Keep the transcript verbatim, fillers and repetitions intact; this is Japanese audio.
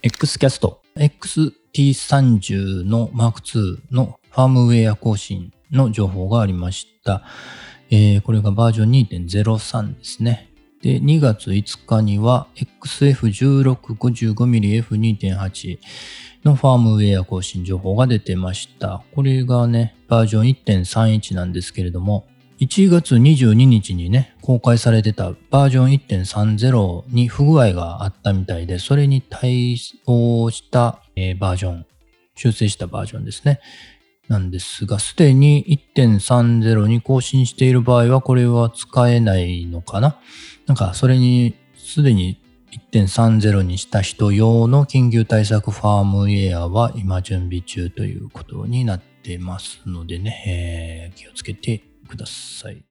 エックスキャスト エックスティーさんじゅう の マークツー のファームウェア更新の情報がありました。えー、これがバージョン にてんゼロさん ですね。で、にがついつかには エックスエフじゅうろくごじゅうごミリエフにてんはち のファームウェア更新情報が出てました。これがね、バージョン いってんさんいち なんですけれども、いちがつにじゅうににちにね、公開されてたバージョン いってんさんじゅう に不具合があったみたいで、それに対応した、えー、バージョン、修正したバージョンですね。なんですが、すでに いってんさんじゅう に更新している場合は、これは使えないのかな？なんか、それに、すでに いってんさんじゅう にした人用の緊急対策ファームウェアは今準備中ということになってますのでね、えー、気をつけてください。